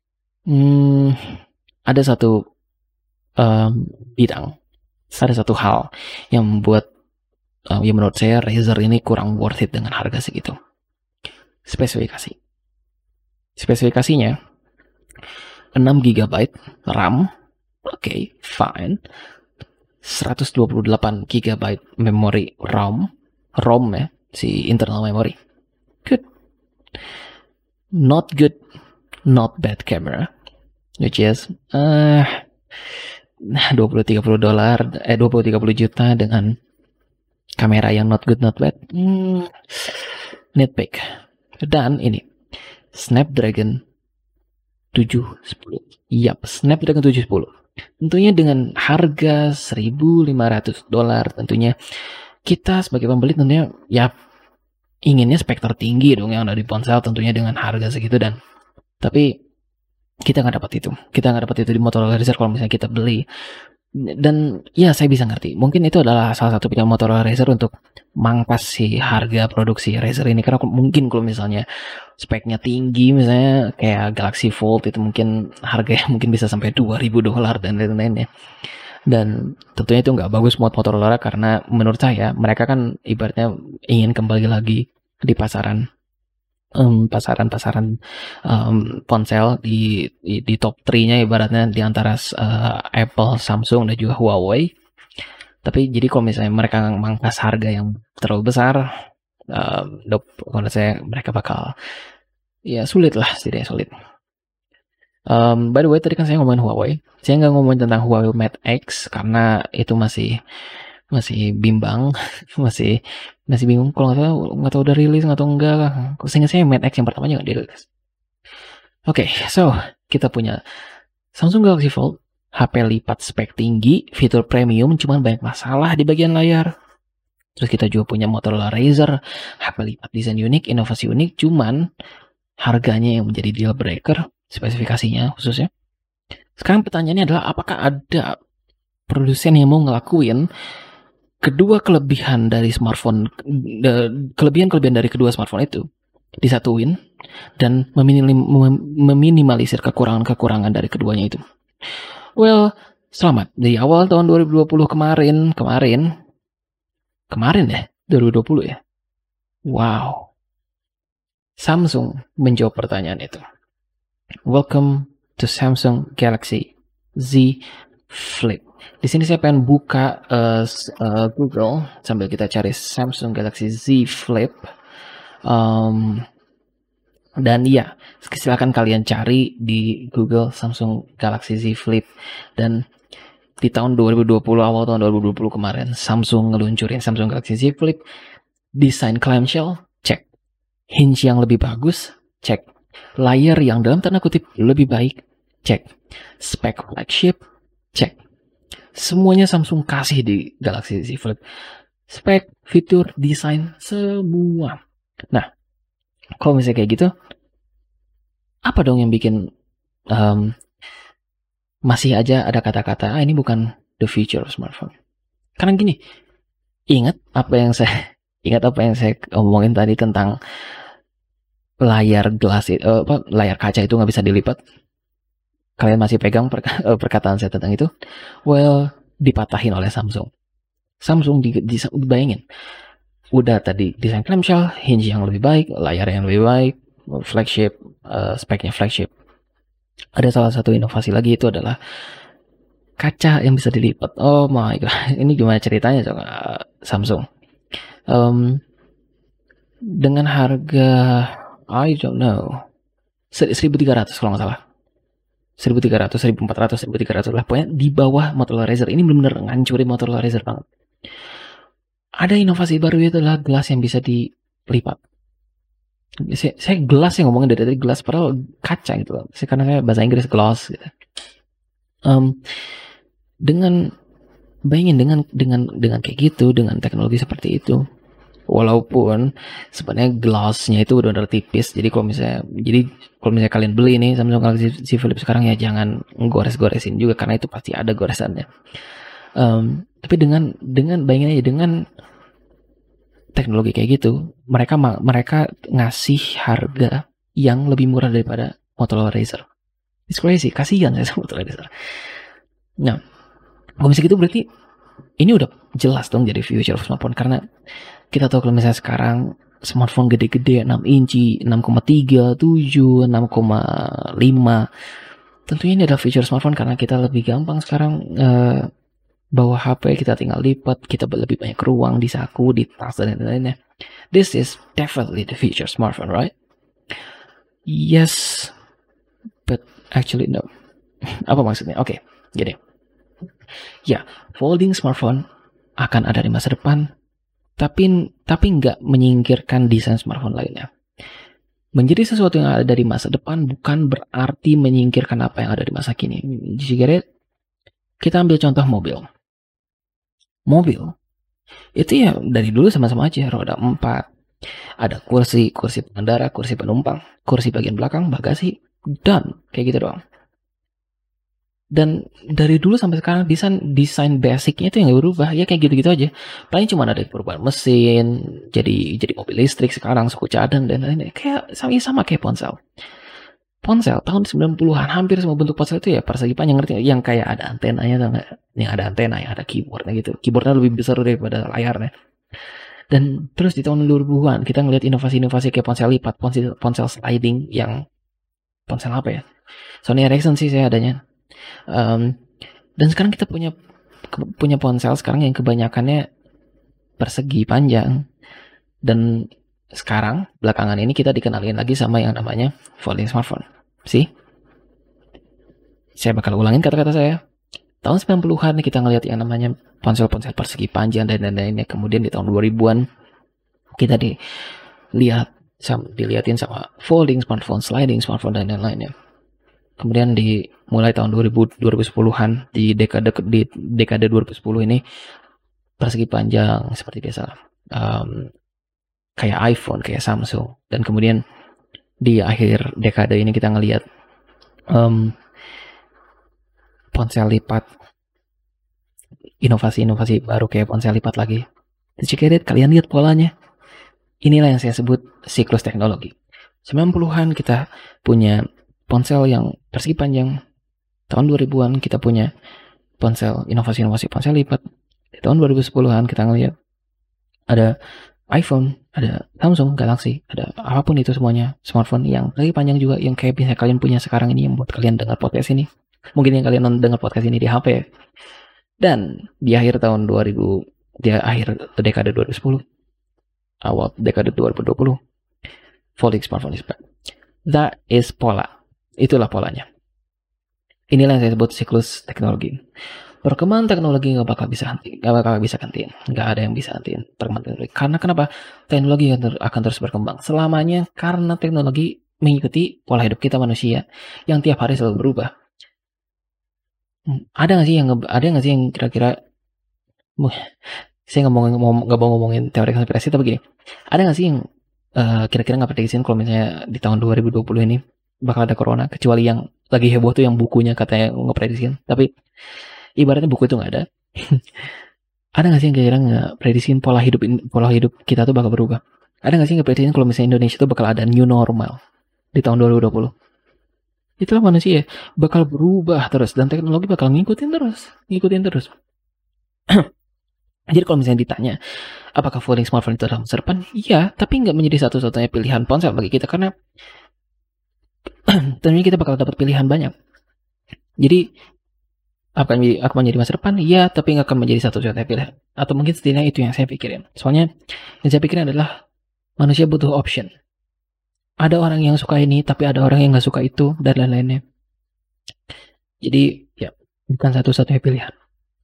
Ada satu bidang, ada satu hal yang membuat ya menurut saya Razer ini kurang worth it dengan harga segitu. Spesifikasinya 6 GB RAM, oke, fine. 128 GB memori ROM ya, si internal memory. Good. Not good, not bad camera, which is $20-30 juta dengan kamera yang not good, not bad. Nitpick. Dan ini Snapdragon 710. Yap, Snapdragon 710. Tentunya dengan harga $1.500, tentunya kita sebagai pembeli tentunya ya inginnya spek tertinggi dong yang ada di ponsel, tentunya dengan harga segitu. Dan tapi kita nggak dapat itu di Motorola Razr kalau misalnya kita beli. Dan ya saya bisa ngerti, mungkin itu adalah salah satu pilihan Motorola Razr untuk mangkas si harga produksi Razr ini, karena mungkin kalau misalnya speknya tinggi misalnya kayak Galaxy Fold itu mungkin harganya mungkin bisa sampai $2.000 dan lain-lainnya. Dan tentunya itu nggak bagus buat Motorola, karena menurut saya mereka kan ibaratnya ingin kembali lagi di pasaran ponsel di top 3-nya ibaratnya di antara Apple, Samsung dan juga Huawei. Tapi jadi kalau misalnya mereka mangkas harga yang terlalu besar, menurut saya mereka bakal ya sulit. By the way, tadi kan saya ngomongin Huawei. Saya nggak ngomongin tentang Huawei Mate X karena itu masih bimbang, masih bingung. Kalau nggak tahu udah rilis atau enggak lah. Seingat saya Mate X yang pertamanya nggak dirilis. Oke, so kita punya Samsung Galaxy Fold HP lipat spek tinggi, fitur premium, cuman banyak masalah di bagian layar. Terus kita juga punya Motorola Razr, HP lipat desain unik, inovasi unik, cuman harganya yang menjadi deal breaker, spesifikasinya khususnya. Sekarang pertanyaannya adalah apakah ada produsen yang mau ngelakuin kedua kelebihan dari smartphone, kelebihan dari kedua smartphone itu disatuin dan meminimalisir kekurangan-kekurangan dari keduanya itu. Well, selamat. Di awal tahun 2020 kemarin deh, 2020 ya. Wow. Samsung menjawab pertanyaan itu. Welcome to Samsung Galaxy Z Flip. Di sini saya pengen buka Google sambil kita cari Samsung Galaxy Z Flip. Dan ya, silakan kalian cari di Google Samsung Galaxy Z Flip. Dan di tahun 2020, awal tahun 2020 kemarin, Samsung ngeluncurin Samsung Galaxy Z Flip. Desain clamshell, cek. Hinge yang lebih bagus, cek. Layar yang dalam tanda kutip lebih baik, cek. Spek flagship, cek. Semuanya Samsung kasih di Galaxy Z Flip. Spek, fitur, desain, semua. Nah, kalau misalnya kayak gitu, apa dong yang bikin masih aja ada kata-kata, ini bukan the future of smartphone? Karena gini, ingat apa yang saya omongin tadi tentang layar layar kaca itu nggak bisa dilipat. Kalian masih pegang perkataan saya tentang itu? Well, dipatahin oleh Samsung. Samsung bayangin, udah tadi desain clamshell, hinge yang lebih baik, layar yang lebih baik, flagship, speknya flagship. Ada salah satu inovasi lagi, itu adalah kaca yang bisa dilipat. Oh my god, ini gimana ceritanya coba Samsung? Dengan harga I don't know 1.300 kalau nggak salah, 1.300, 1.400, 1.300 lah, pokoknya di bawah Motorola Razr. Ini benar-benar ngancurin Motorola Razr banget. Ada inovasi baru, itu adalah gelas yang bisa dilipat. Saya gelas yang ngomongin dari tadi, gelas padahal kaca gitu loh. Karena saya bahasa Inggris gloss gitu. Bayangin dengan kayak gitu, dengan teknologi seperti itu, walaupun sebenarnya glassnya itu udah tipis. Jadi kalau misalnya kalian beli nih Samsung Galaxy Z Flip sekarang, ya jangan gores-goresin juga, karena itu pasti ada goresannya. Tapi dengan bayangin aja, dengan teknologi kayak gitu, mereka ngasih harga yang lebih murah daripada Motorola Razr. It's crazy, kasihan saya sama Motorola Razr. Nah, kalau misalnya gitu berarti ini udah jelas dong jadi future of smartphone, karena kita tahu kalau misalnya sekarang smartphone gede-gede 6 inci, 6,3, 7, 6,5, tentunya ini adalah future smartphone karena kita lebih gampang sekarang bawa HP, kita tinggal lipat, kita lebih banyak ruang di saku, di tas, dan lain-lainnya. This is definitely the future smartphone, right? Yes, but actually no. Apa maksudnya? Oke, jadi ya, folding smartphone akan ada di masa depan, tapi nggak menyingkirkan desain smartphone lainnya. Menjadi sesuatu yang ada di masa depan bukan berarti menyingkirkan apa yang ada di masa kini. Jadi kita ambil contoh mobil. Mobil itu ya dari dulu sama-sama aja, roda 4, ada kursi pengendara, kursi penumpang, kursi bagian belakang, bagasi, done, kayak gitu doang. Dan dari dulu sampai sekarang desain basicnya itu yang gak berubah, ya kayak gitu-gitu aja. Paling cuma ada perubahan mesin, jadi mobil listrik sekarang, suku cadang dan lain-lain. Kayak sama kayak ponsel. Ponsel tahun 90-an, hampir semua bentuk ponsel itu ya persegi panjang, ngerti? Yang kayak ada antenanya, atau enggak? Yang ada antena, yang ada keyboardnya gitu. Keyboardnya lebih besar daripada layarnya. Dan terus di tahun 2000-an kita ngeliat inovasi-inovasi kayak ponsel lipat, ponsel sliding, yang ponsel apa ya? Sony Ericsson sih saya adanya. Dan sekarang kita punya ponsel sekarang yang kebanyakannya persegi panjang. Dan sekarang belakangan ini kita dikenalin lagi sama yang namanya folding smartphone. Saya bakal ulangin kata-kata saya. Tahun 90-an kita ngelihat yang namanya ponsel-ponsel persegi panjang dan lain-lainnya. Kemudian di tahun 2000-an kita dilihatin sama folding smartphone, sliding smartphone dan lain-lainnya. Kemudian mulai tahun 2010-an di dekade 2010 ini persegi panjang seperti biasa. Kayak iPhone, kayak Samsung. Dan kemudian di akhir dekade ini kita ngelihat ponsel lipat, inovasi-inovasi baru kayak ponsel lipat lagi. Dicek, kalian lihat polanya. Inilah yang saya sebut siklus teknologi. 90-an kita punya ponsel yang persegi panjang. Tahun 2000-an kita punya ponsel, inovasi-inovasi ponsel lipat. Di tahun 2010-an kita ngelihat ada iPhone, ada Samsung Galaxy, ada apapun itu semuanya, smartphone yang lagi panjang juga, yang kayak bisa kalian punya sekarang ini, yang buat kalian dengar podcast ini. Mungkin yang kalian dengar podcast ini di HP. Dan di akhir tahun 2000, di akhir dekade 2010, awal dekade 2020, folding smartphone is back. That is pola. Itulah polanya. Inilah yang saya sebut siklus teknologi. Perkembangan teknologi nggak bakal bisa gantiin. Nggak ada yang bisa gantiin perkembangan teknologi. Karena kenapa? Teknologi akan terus berkembang selamanya, karena teknologi mengikuti pola hidup kita manusia yang tiap hari selalu berubah. Ada nggak sih yang kira-kira, saya nggak mau ngomongin teori konspirasi, tapi gini, ada nggak sih yang kira-kira nggak prediksiin kalau misalnya di tahun 2020 ini bakal ada corona, kecuali yang lagi heboh tuh yang bukunya katanya nggak prediksiin, tapi ibaratnya buku itu nggak ada. Ada nggak sih yang kira-kira nggak prediksiin pola hidup kita tuh bakal berubah? Ada nggak sih yang prediksiin kalau misalnya Indonesia tuh bakal ada new normal di tahun 2020? Itulah manusia bakal berubah terus, dan teknologi bakal ngikutin terus. Jadi kalau misalnya ditanya apakah folding smartphone itu adalah masa depan, iya, tapi nggak menjadi satu-satunya pilihan ponsel bagi kita, karena tentunya kita bakal dapat pilihan banyak. Jadi akan menjadi masa depan, iya, tapi nggak akan menjadi satu-satunya pilihan. Atau mungkin setidaknya itu yang saya pikirin. Soalnya yang saya pikirin adalah manusia butuh option. Ada orang yang suka ini, tapi ada orang yang nggak suka itu, dan lain-lainnya. Jadi ya, bukan satu-satunya pilihan.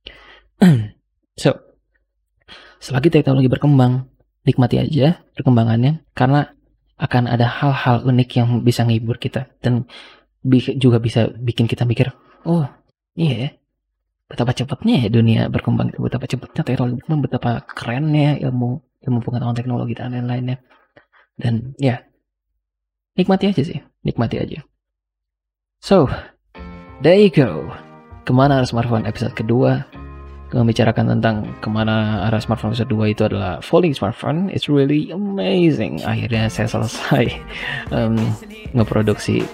So, selagi teknologi berkembang, nikmati aja perkembangannya, karena akan ada hal-hal unik yang bisa menghibur kita, dan juga bisa bikin kita mikir, oh iya, betapa cepatnya ya dunia berkembang, betapa cepatnya teknologi berkembang, betapa kerennya ilmu pengetahuan teknologi dan lain-lainnya. Dan ya, nikmati aja. So, there you go. Kemana arah smartphone episode kedua? Membicarakan tentang kemana arah smartphone episode 2 itu adalah folding smartphone. It's really amazing. Akhirnya saya selesai nge-produce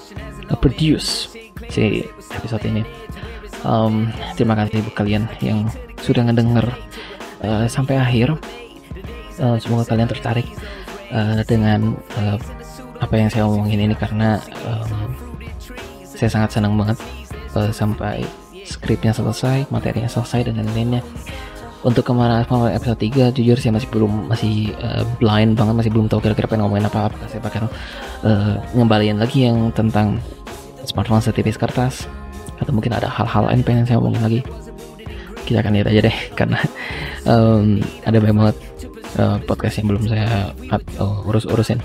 si episode ini. Terima kasih buat kalian yang sudah ngedenger sampai akhir. Semoga kalian tertarik dengan apa yang saya omongin ini, karena saya sangat senang banget sampai skripnya selesai, materinya selesai, dan lain-lainnya. Untuk kemana episode 3, jujur saya masih blind banget, masih belum tahu kira-kira pengen ngomongin apa. Apakah saya bakal ngembaliin lagi yang tentang smartphone setipis kertas, atau mungkin ada hal-hal lain pengen saya omongin lagi. Kita akan lihat aja deh, karena ada banyak banget podcast yang belum saya urusin.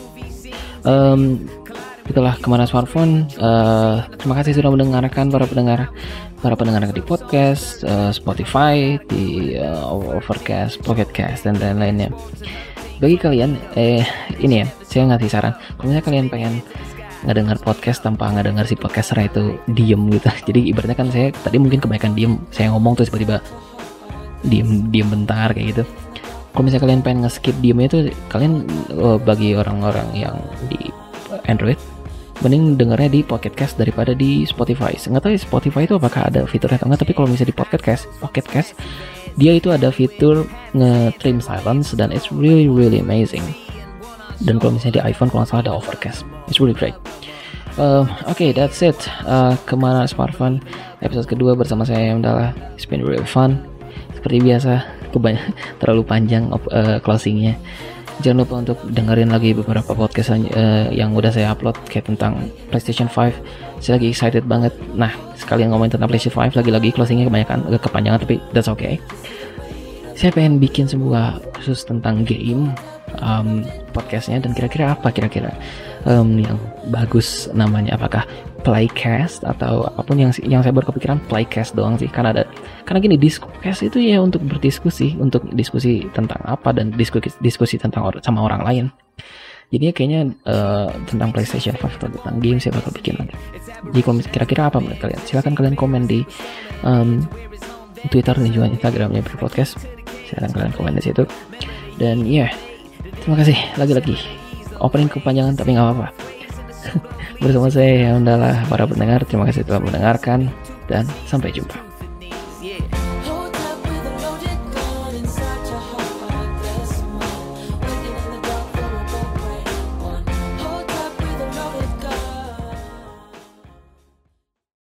Itulah kemana smartphone. Terima kasih sudah mendengarkan para pendengar di podcast, Spotify, di Overcast, Pocket Cast, dan lain-lainnya. Bagi kalian, ini ya, saya ngasih saran. Kalau misalnya kalian pengen ngedengar podcast tanpa ngedengar si podcaster itu diem gitu. Jadi ibaratnya kan saya tadi mungkin kebanyakan diem, saya ngomong terus tiba-tiba diem bentar kayak gitu. Kalau misalnya kalian pengen nge-skip diemnya itu, kalian bagi orang-orang yang di Android, mending dengarnya di Pocket Cast daripada di Spotify. Nggak tahu Spotify itu apakah ada fiturnya atau enggak, tapi kalau misalnya di Pocket Cast dia itu ada fitur nge-trim silence, dan it's really really amazing. Dan kalau misalnya di iPhone kalau nggak salah ada Overcast, it's really great. Okay, that's it. Kemana smartphone episode kedua bersama saya Yamdala. It's been really fun. Seperti biasa, terlalu panjang closingnya. Jangan lupa untuk dengerin lagi beberapa podcast yang udah saya upload, kayak tentang PlayStation 5. Saya lagi excited banget. Nah, sekalian ngomongin tentang PlayStation 5, lagi closingnya agak kepanjangan, tapi that's okay. Saya pengen bikin sebuah khusus tentang game podcastnya, dan kira-kira apa yang bagus namanya, apakah playcast atau apapun yang saya berkepikiran playcast doang sih, karena gini, discuss itu ya untuk berdiskusi, untuk diskusi tentang apa dan diskusi tentang sama orang lain. Jadinya kayaknya tentang PlayStation 5 atau tentang game saya bakal bikin nanti. Jadi kalau kira-kira apa menurut kalian, silakan kalian komen di Twitter dan juga Instagramnya Berpodcast. Silakan kalian komen di situ. Dan terima kasih lagi-lagi, opening kepanjangan tapi nggak apa-apa. Bersama saya yang adalah para pendengar, terima kasih telah mendengarkan dan sampai jumpa.